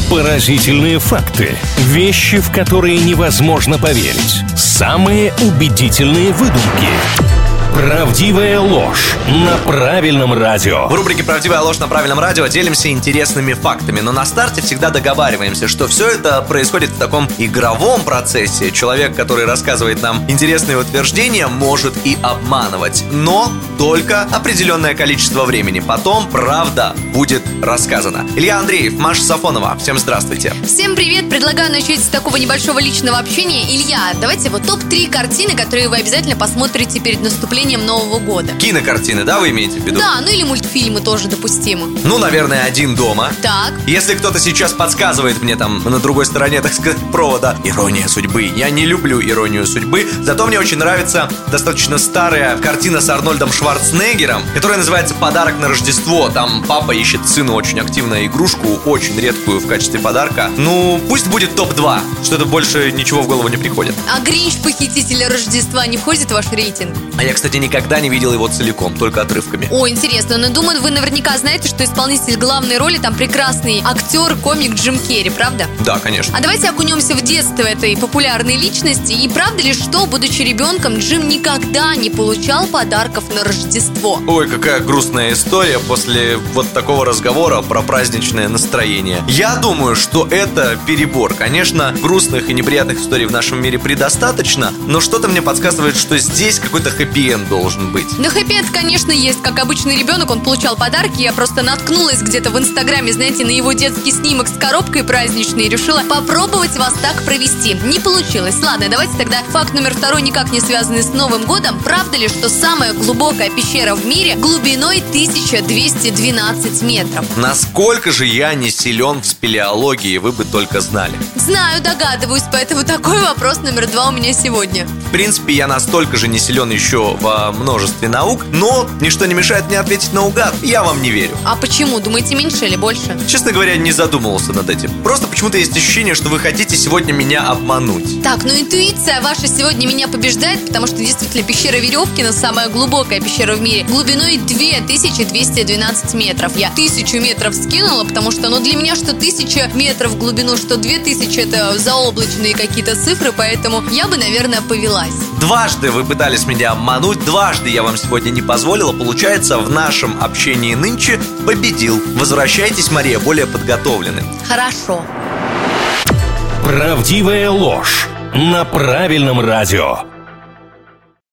Поразительные факты. Вещи, в которые невозможно поверить. Самые убедительные выдумки. Правдивая ложь на правильном радио. В рубрике «Правдивая ложь на правильном радио» делимся интересными фактами, но на старте всегда договариваемся, что все это происходит в таком игровом процессе. Человек, который рассказывает нам интересные утверждения, может и обманывать, но только определенное количество времени. Потом правда будет рассказана. Илья Андреев, Маша Сафонова. Всем здравствуйте. Всем привет. Предлагаю начать с такого небольшого личного общения. Илья, давайте вот топ-3 картины, которые вы обязательно посмотрите перед наступлением Нового года. Кинокартины, да, вы имеете в виду? Да, ну или мультфильмы тоже допустимы. Ну, наверное, «Один дома». Так. Если кто-то сейчас подсказывает мне там на другой стороне, так сказать, провода, «Ирония судьбы». Я не люблю «Иронию судьбы», зато мне очень нравится достаточно старая картина с Арнольдом Шварценеггером, которая называется «Подарок на Рождество». Там папа ищет сыну очень активно игрушку, очень редкую в качестве подарка. Ну, пусть будет топ-2, что-то больше ничего в голову не приходит. А «Гринч. Похититель Рождества» не входит в ваш рейтинг? А я, кстати, никогда не видел его целиком, только отрывками. О, интересно, но думаю, вы наверняка знаете, что исполнитель главной роли там прекрасный актер, комик Джим Керри, правда? Да, конечно. А давайте окунемся в детство этой популярной личности. И правда ли, что, будучи ребенком, Джим никогда не получал подарков на Рождество? Ой, какая грустная история после вот такого разговора про праздничное настроение. Я думаю, что это перебор. Конечно, грустных и неприятных историй в нашем мире предостаточно, но что-то мне подсказывает, что здесь какой-то хэппи-энд должен быть. Да, хэппи-энд, конечно, есть. Как обычный ребенок, он получал подарки. Я просто наткнулась где-то в Инстаграме, знаете, на его детский снимок с коробкой праздничной и решила попробовать вас так провести. Не получилось. Ладно, давайте тогда факт номер 2, никак не связанный с Новым годом. Правда ли, что самая глубокая пещера в мире глубиной 1212 метров? Насколько же я не силен в спелеологии, вы бы только знали. Знаю, догадываюсь, поэтому такой вопрос номер 2 у меня сегодня. В принципе, я настолько же не силен еще во множестве наук, но ничто не мешает мне ответить наугад. Я вам не верю. А почему? Думаете, меньше или больше? Честно говоря, не задумывался над этим. Просто почему-то есть ощущение, что вы хотите сегодня меня обмануть. Так, ну интуиция ваша сегодня меня побеждает, потому что действительно пещера Веревкина самая глубокая пещера в мире, глубиной 2212 метров. Я 1000 метров скинула, потому что, ну, для меня что 1000 метров в глубину, что 2000 это заоблачные какие-то цифры, поэтому я бы, наверное, повелась. Дважды вы пытались меня обмануть, дважды я вам сегодня не позволила. Получается, в нашем общении нынче победил. Возвращайтесь, Мария, более подготовленным. Хорошо. Правдивая ложь на правильном радио.